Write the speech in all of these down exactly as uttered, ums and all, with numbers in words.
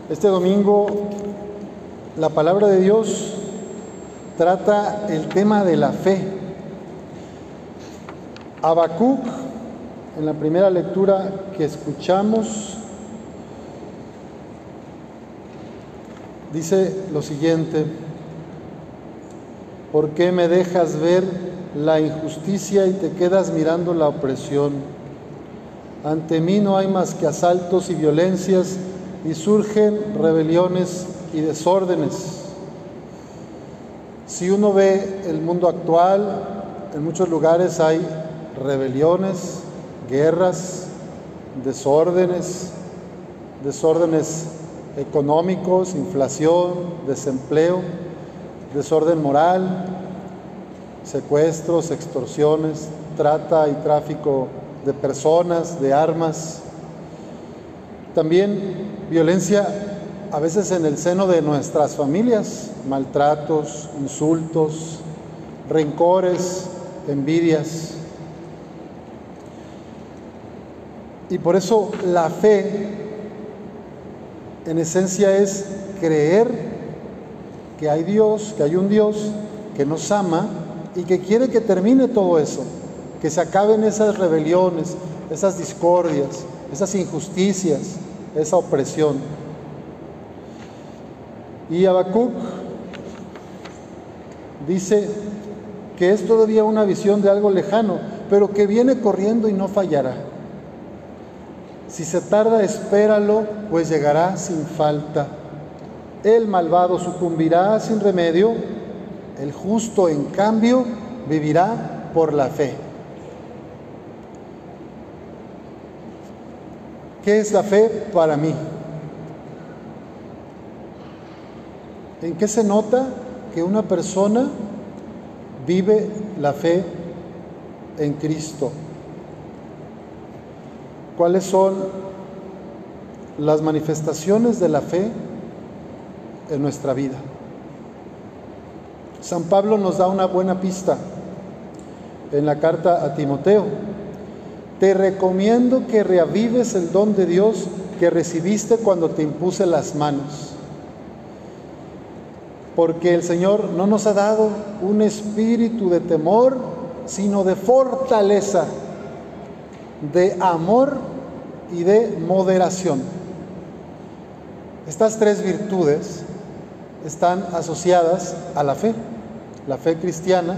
Este domingo la palabra de Dios trata el tema de la fe. Habacuc, en la primera lectura que escuchamos, dice lo siguiente: ¿por qué me dejas ver la injusticia y te quedas mirando la opresión? Ante mí no hay más que asaltos y violencias, y surgen rebeliones y desórdenes. Si uno ve el mundo actual, en muchos lugares hay rebeliones, guerras, desórdenes, desórdenes económicos, inflación, desempleo, desorden moral, secuestros, extorsiones, trata y tráfico de personas, de armas. También violencia a veces en el seno de nuestras familias, maltratos, insultos, rencores, envidias. Y por eso la fe, en esencia, es creer que hay Dios, que hay un Dios que nos ama y que quiere que termine todo eso, que se acaben esas rebeliones, esas discordias, esas injusticias, esa opresión. Y Habacuc dice que es todavía una visión de algo lejano, pero que viene corriendo y no fallará. Si se tarda, espéralo, pues llegará sin falta. El malvado sucumbirá sin remedio, el justo, en cambio, vivirá por la fe. ¿Qué es la fe para mí? ¿En qué se nota que una persona vive la fe en Cristo? ¿Cuáles son las manifestaciones de la fe en nuestra vida? San Pablo nos da una buena pista en la carta a Timoteo. Te recomiendo que reavives el don de Dios que recibiste cuando te impuse las manos. Porque el Señor no nos ha dado un espíritu de temor, sino de fortaleza, de amor y de moderación. Estas tres virtudes están asociadas a la fe. La fe cristiana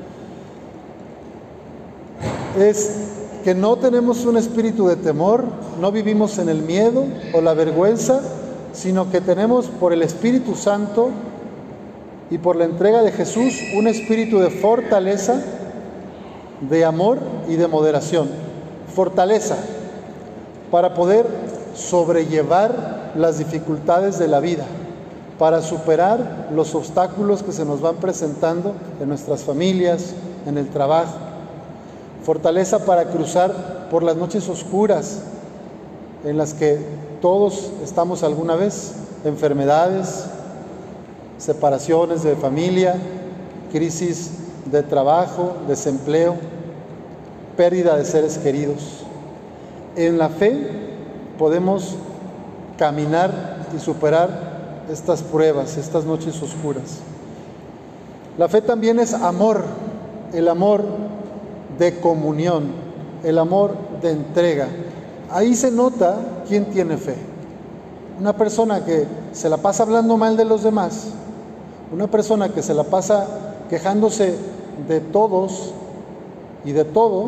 es que no tenemos un espíritu de temor, no vivimos en el miedo o la vergüenza, sino que tenemos por el Espíritu Santo y por la entrega de Jesús un espíritu de fortaleza, de amor y de moderación. Fortaleza para poder sobrellevar las dificultades de la vida, para superar los obstáculos que se nos van presentando en nuestras familias, en el trabajo. Fortaleza para cruzar por las noches oscuras en las que todos estamos alguna vez, enfermedades, separaciones de familia, crisis de trabajo, desempleo, pérdida de seres queridos. En la fe podemos caminar y superar estas pruebas, estas noches oscuras. La fe también es amor, el amor de comunión, el amor de entrega. Ahí se nota quién tiene fe. Una persona que se la pasa hablando mal de los demás, una persona que se la pasa quejándose de todos y de todo,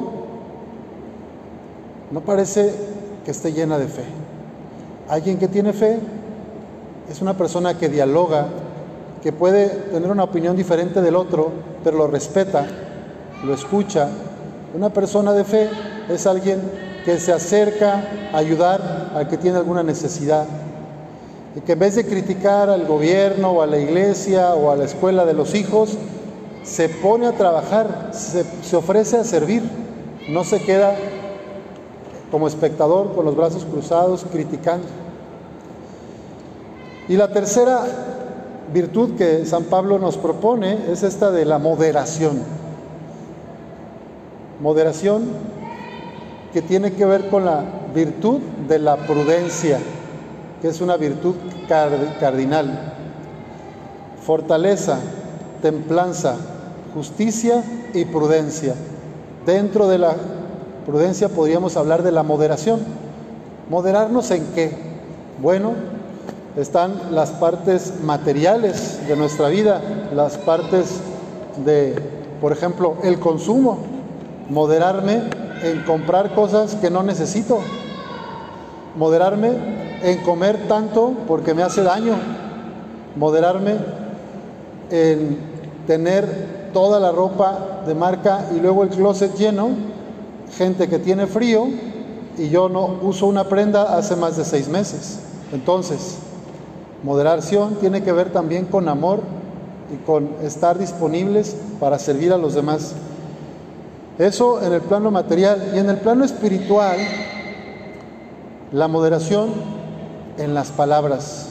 no parece que esté llena de fe. Alguien que tiene fe es una persona que dialoga, que puede tener una opinión diferente del otro, pero lo respeta, lo escucha. Una persona de fe es alguien que se acerca a ayudar al que tiene alguna necesidad, y que en vez de criticar al gobierno o a la iglesia o a la escuela de los hijos, se pone a trabajar, se, se ofrece a servir, no se queda como espectador con los brazos cruzados criticando. Y la tercera virtud que San Pablo nos propone es esta de la moderación. Moderación que tiene que ver con la virtud de la prudencia. que es una virtud cardinal. Fortaleza, templanza, justicia y prudencia. Dentro de la prudencia podríamos hablar de la moderación. ¿Moderarnos en qué? Bueno, están las partes materiales de nuestra vida, las partes de, por ejemplo, el consumo. Moderarme en comprar cosas que no necesito. Moderarme en comer tanto porque me hace daño. Moderarme en tener toda la ropa de marca y luego el closet lleno. Gente que tiene frío y yo no uso una prenda hace más de seis meses. Entonces, moderación tiene que ver también con amor y con estar disponibles para servir a los demás. Eso en el plano material. Y en el plano espiritual, la moderación en las palabras.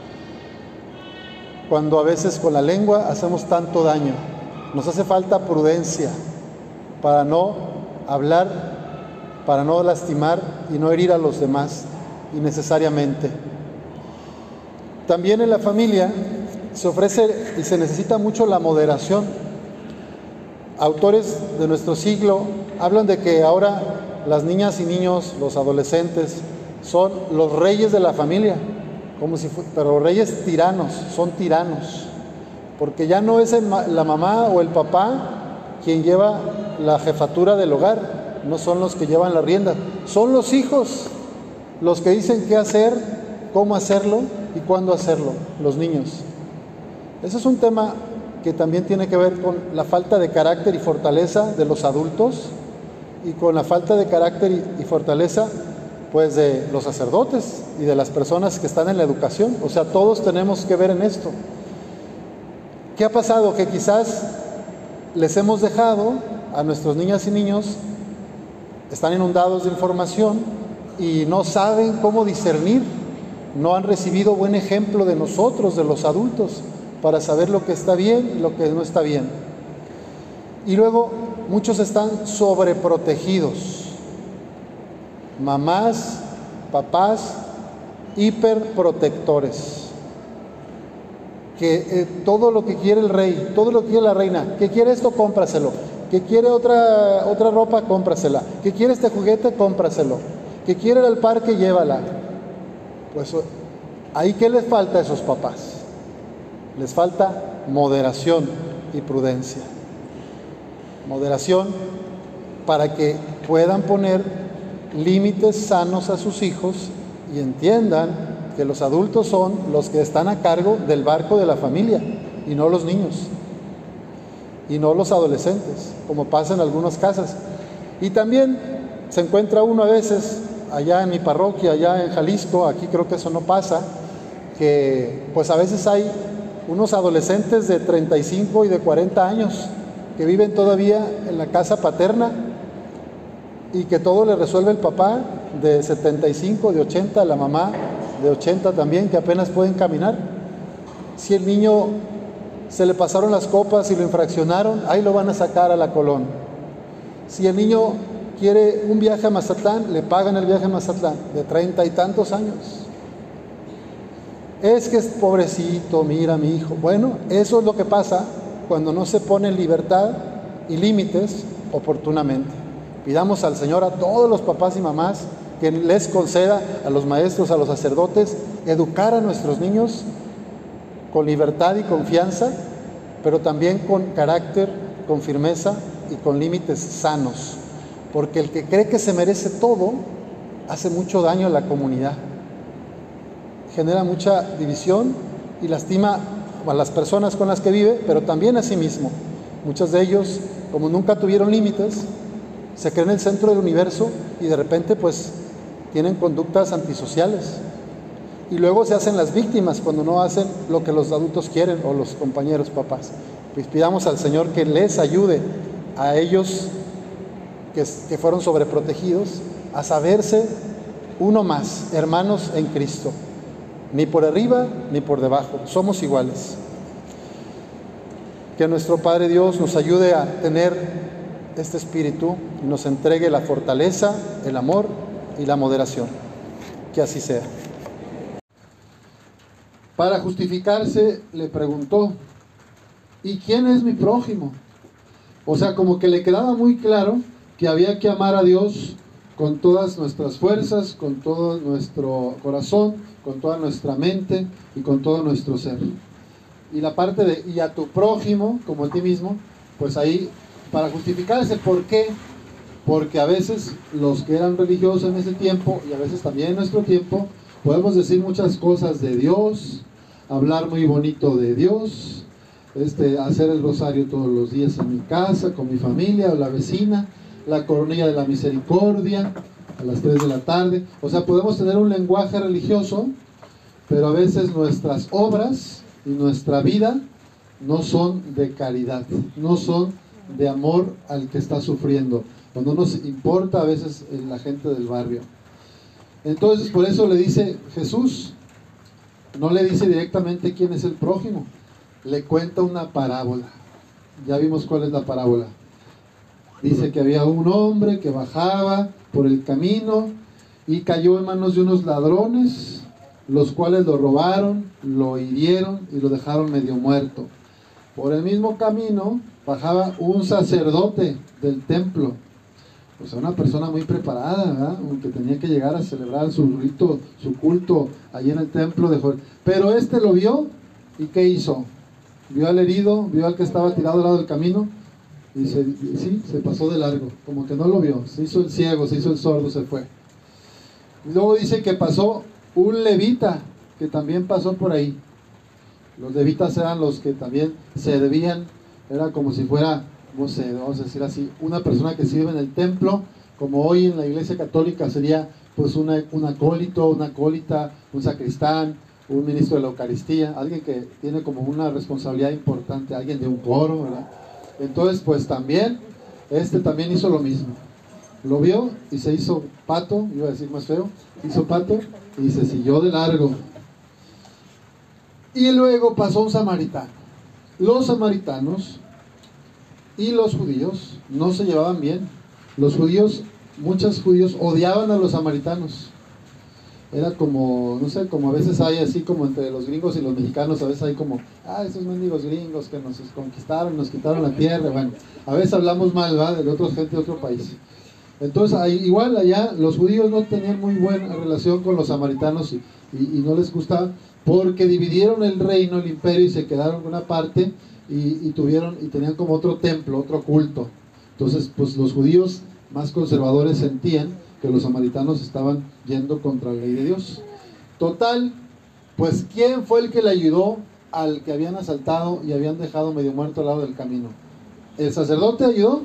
Cuando a veces con la lengua hacemos tanto daño, nos hace falta prudencia para no hablar, para no lastimar y no herir a los demás innecesariamente. También en la familia se ofrece y se necesita mucho la moderación. Autores de nuestro siglo hablan de que ahora las niñas y niños, los adolescentes, son los reyes de la familia, como si fu- pero reyes tiranos, son tiranos, porque ya no es el ma- la mamá o el papá quien lleva la jefatura del hogar, no son los que llevan la rienda, son los hijos los que dicen qué hacer, cómo hacerlo y cuándo hacerlo, los niños. Ese es un tema que también tiene que ver con la falta de carácter y fortaleza de los adultos y con la falta de carácter y, y fortaleza pues de los sacerdotes y de las personas que están en la educación. O sea, todos tenemos que ver en esto. ¿Qué ha pasado? Que quizás les hemos dejado a nuestros niñas y niños, están inundados de información y no saben cómo discernir, no han recibido buen ejemplo de nosotros, de los adultos, para saber lo que está bien y lo que no está bien. Y luego muchos están sobreprotegidos. Mamás, papás, hiperprotectores. Que eh, todo lo que quiere el rey, todo lo que quiere la reina, que quiere esto, cómpraselo. Que quiere otra, otra ropa, cómprasela. Que quiere este juguete, cómpraselo. Que quiere ir al parque, llévala. Pues ahí, ¿qué les falta a esos papás? Les falta moderación y prudencia. Moderación para que puedan poner límites sanos a sus hijos y entiendan que los adultos son los que están a cargo del barco de la familia y no los niños y no los adolescentes, como pasa en algunas casas. Y también se encuentra uno a veces allá en mi parroquia, allá en Jalisco, aquí creo que eso no pasa, que pues a veces hay unos adolescentes de treinta y cinco y de cuarenta años que viven todavía en la casa paterna y que todo le resuelve el papá de setenta y cinco, de ochenta, la mamá de ochenta también, que apenas pueden caminar. Si el niño se le pasaron las copas y lo infraccionaron, ahí lo van a sacar a la Colón. Si el niño quiere un viaje a Mazatlán, le pagan el viaje a Mazatlán, de treinta y tantos años. Es que es pobrecito, mira mi hijo. Bueno, eso es lo que pasa cuando no se pone en libertad y límites oportunamente. Pidamos al Señor a todos los papás y mamás que les conceda, a los maestros, a los sacerdotes, educar a nuestros niños con libertad y confianza, pero también con carácter, con firmeza y con límites sanos. Porque el que cree que se merece todo, hace mucho daño a la comunidad. Genera mucha división y lastima a las personas con las que vive, pero también a sí mismo. Muchos de ellos, como nunca tuvieron límites, se creen el centro del universo y de repente pues tienen conductas antisociales. Y luego se hacen las víctimas cuando no hacen lo que los adultos quieren o los compañeros papás. Pues pidamos al Señor que les ayude a ellos que, que fueron sobreprotegidos a saberse uno más, hermanos en Cristo. Ni por arriba ni por debajo, somos iguales. Que nuestro Padre Dios nos ayude a tener este espíritu y nos entregue la fortaleza, el amor y la moderación. Que así sea. Para justificarse le preguntó, ¿y quién es mi prójimo? O sea, como que le quedaba muy claro que había que amar a Dios con todas nuestras fuerzas, con todo nuestro corazón, con toda nuestra mente y con todo nuestro ser. Y la parte de, y a tu prójimo, como a ti mismo, pues ahí, para justificarse, ¿por qué? Porque a veces los que eran religiosos en ese tiempo, y a veces también en nuestro tiempo, podemos decir muchas cosas de Dios, hablar muy bonito de Dios, este, hacer el rosario todos los días en mi casa, con mi familia o la vecina, la coronilla de la misericordia, a las tres de la tarde. O sea, podemos tener un lenguaje religioso, pero a veces nuestras obras y nuestra vida no son de caridad, no son de amor al que está sufriendo, o no nos importa a veces la gente del barrio. Entonces, por eso le dice Jesús, no le dice directamente quién es el prójimo, le cuenta una parábola. Ya vimos cuál es la parábola. Dice que había un hombre que bajaba por el camino y cayó en manos de unos ladrones, los cuales lo robaron, lo hirieron y lo dejaron medio muerto. Por el mismo camino bajaba un sacerdote del templo, o sea, una persona muy preparada, ¿verdad? Que tenía que llegar a celebrar su rito, su culto allí en el templo de Jorge. Pero este lo vio, ¿y qué hizo? Vio al herido, vio al que estaba tirado al lado del camino, y se, sí, se pasó de largo, como que no lo vio, se hizo el ciego, se hizo el sordo, se fue. Y luego dice que pasó un levita, que también pasó por ahí. Los levitas eran los que también servían, era como si fuera, no sé, vamos a decir así, una persona que sirve en el templo, como hoy en la iglesia católica sería pues una, un acólito, una acólita, un sacristán, un ministro de la Eucaristía, alguien que tiene como una responsabilidad importante, alguien de un coro, ¿verdad? Entonces pues también, este también hizo lo mismo, lo vio y se hizo pato, iba a decir más feo, hizo pato y se siguió de largo. Y luego pasó un samaritano. Los samaritanos y los judíos no se llevaban bien. Los judíos, muchos judíos odiaban a los samaritanos. Era como, no sé, como a veces hay así como entre los gringos y los mexicanos, a veces hay como, ah, esos mendigos gringos que nos conquistaron, nos quitaron la tierra. Bueno, a veces hablamos mal, ¿verdad?, de otra gente de otro país. Entonces, ahí, igual allá, los judíos no tenían muy buena relación con los samaritanos y, y, y no les gustaba, porque dividieron el reino, el imperio, y se quedaron con una parte y, y tuvieron y tenían como otro templo, otro culto. Entonces, pues los judíos más conservadores sentían que los samaritanos estaban yendo contra la ley de Dios. Total, pues ¿quién fue el que le ayudó al que habían asaltado y habían dejado medio muerto al lado del camino? ¿El sacerdote ayudó?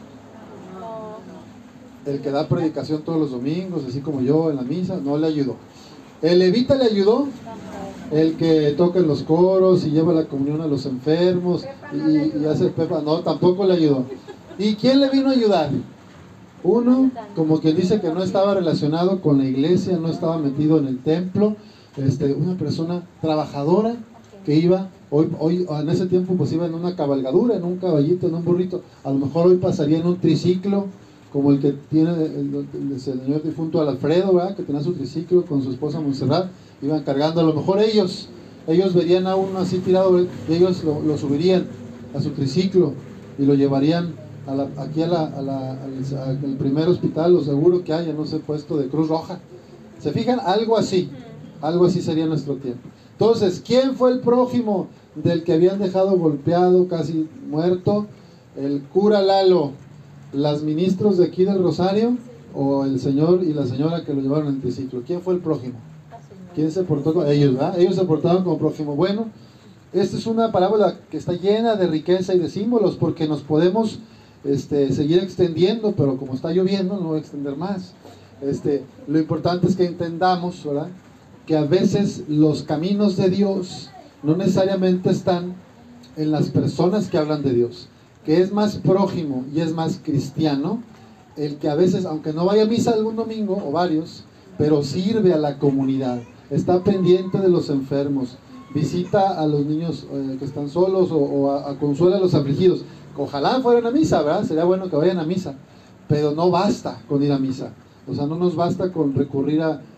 El que da predicación todos los domingos, así como yo en la misa, no le ayudó. ¿El levita le ayudó? El que toca en los coros y lleva la comunión a los enfermos y, y hace pepa, no, tampoco le ayudó. ¿Y quién le vino a ayudar? Uno, como quien dice que no estaba relacionado con la iglesia, no estaba metido en el templo, este, una persona trabajadora que iba, hoy, hoy en ese tiempo pues iba en una cabalgadura, en un caballito, en un burrito, a lo mejor hoy pasaría en un triciclo, como el que tiene el, el, el señor difunto Alfredo, ¿verdad?, que tenía su triciclo con su esposa Montserrat, iban cargando, a lo mejor ellos, ellos verían a uno así tirado, y ellos lo, lo subirían a su triciclo y lo llevarían a la, aquí a la, a la, al, al primer hospital, o seguro que haya, no sé, puesto de Cruz Roja. ¿Se fijan? Algo así, algo así sería nuestro tiempo. Entonces, ¿quién fue el prójimo del que habían dejado golpeado, casi muerto? El cura Lalo, las ministros de aquí del Rosario, o el señor y la señora que lo llevaron en el triciclo. ¿Quién fue el prójimo? ¿Quién se portó con ellos? ¿verdad? Ellos se portaron como prójimo. Bueno, esta es una parábola que está llena de riqueza y de símbolos, porque nos podemos este, seguir extendiendo, pero como está lloviendo no voy a extender más. Este, lo importante es que entendamos, ¿verdad?, que a veces los caminos de Dios no necesariamente están en las personas que hablan de Dios, que es más prójimo y es más cristiano el que a veces, aunque no vaya a misa algún domingo o varios, pero sirve a la comunidad, está pendiente de los enfermos, visita a los niños eh, que están solos, o, o a, a consuela a los afligidos. Ojalá fueran a misa, ¿verdad? Sería bueno que vayan a misa, pero no basta con ir a misa. O sea, no nos basta con recurrir a,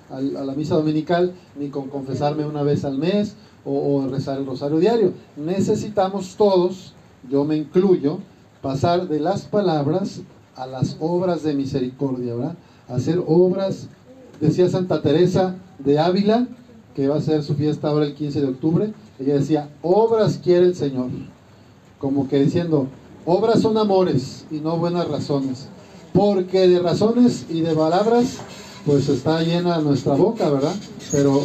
a, a la misa dominical, ni con confesarme una vez al mes o, o rezar el rosario diario. Necesitamos todos, yo me incluyo, pasar de las palabras a las obras de misericordia, ¿verdad? Hacer obras, decía Santa Teresa de Ávila, que va a ser su fiesta ahora el quince de octubre, ella decía, obras quiere el Señor, como que diciendo, obras son amores y no buenas razones, porque de razones y de palabras pues está llena nuestra boca, ¿verdad? Pero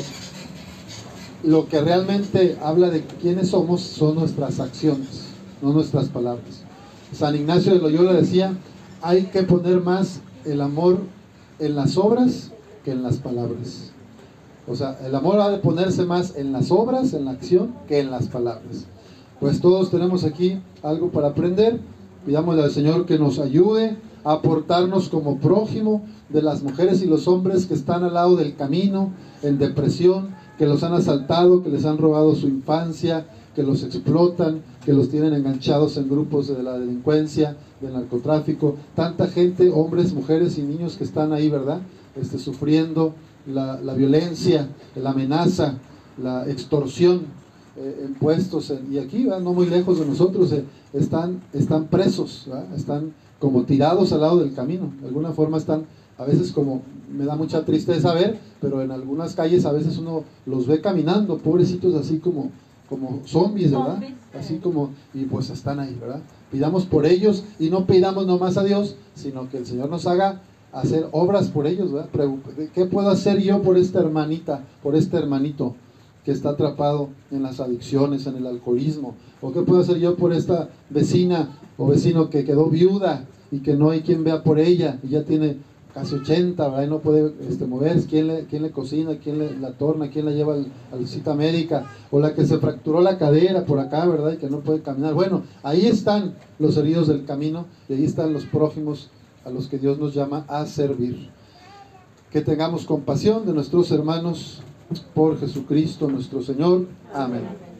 lo que realmente habla de quiénes somos son nuestras acciones, no nuestras palabras. San Ignacio de Loyola decía, hay que poner más el amor en las obras que en las palabras. O sea, el amor ha de ponerse más en las obras, en la acción, que en las palabras. Pues todos tenemos aquí algo para aprender. Pidámosle al Señor que nos ayude a aportarnos como prójimo de las mujeres y los hombres que están al lado del camino, en depresión, que los han asaltado, que les han robado su infancia, que los explotan, que los tienen enganchados en grupos de la delincuencia, del narcotráfico. Tanta gente, hombres, mujeres y niños que están ahí, ¿verdad? Este, sufriendo la, la violencia, la amenaza, la extorsión, eh, en puestos, en, y aquí, ¿verdad? No muy lejos de nosotros, eh, están, están presos, ¿verdad? Están como tirados al lado del camino. De alguna forma están, a veces como, me da mucha tristeza ver, pero en algunas calles a veces uno los ve caminando, pobrecitos, así como, como zombies, ¿verdad? Así como, y pues están ahí, ¿verdad? Pidamos por ellos y no pidamos nomás a Dios, sino que el Señor nos haga hacer obras por ellos, ¿verdad? ¿Qué puedo hacer yo por esta hermanita, por este hermanito que está atrapado en las adicciones, en el alcoholismo? ¿O qué puedo hacer yo por esta vecina o vecino que quedó viuda y que no hay quien vea por ella y ya tiene casi ochenta, ¿verdad? Y no puede este, moverse? ¿Quién le, quién le cocina? ¿Quién le, la torna? ¿Quién la lleva al, a la cita médica? O la que se fracturó la cadera por acá, ¿verdad? Y que no puede caminar. Bueno, ahí están los heridos del camino y ahí están los prójimos a los que Dios nos llama a servir. Que tengamos compasión de nuestros hermanos por Jesucristo nuestro Señor. Amén.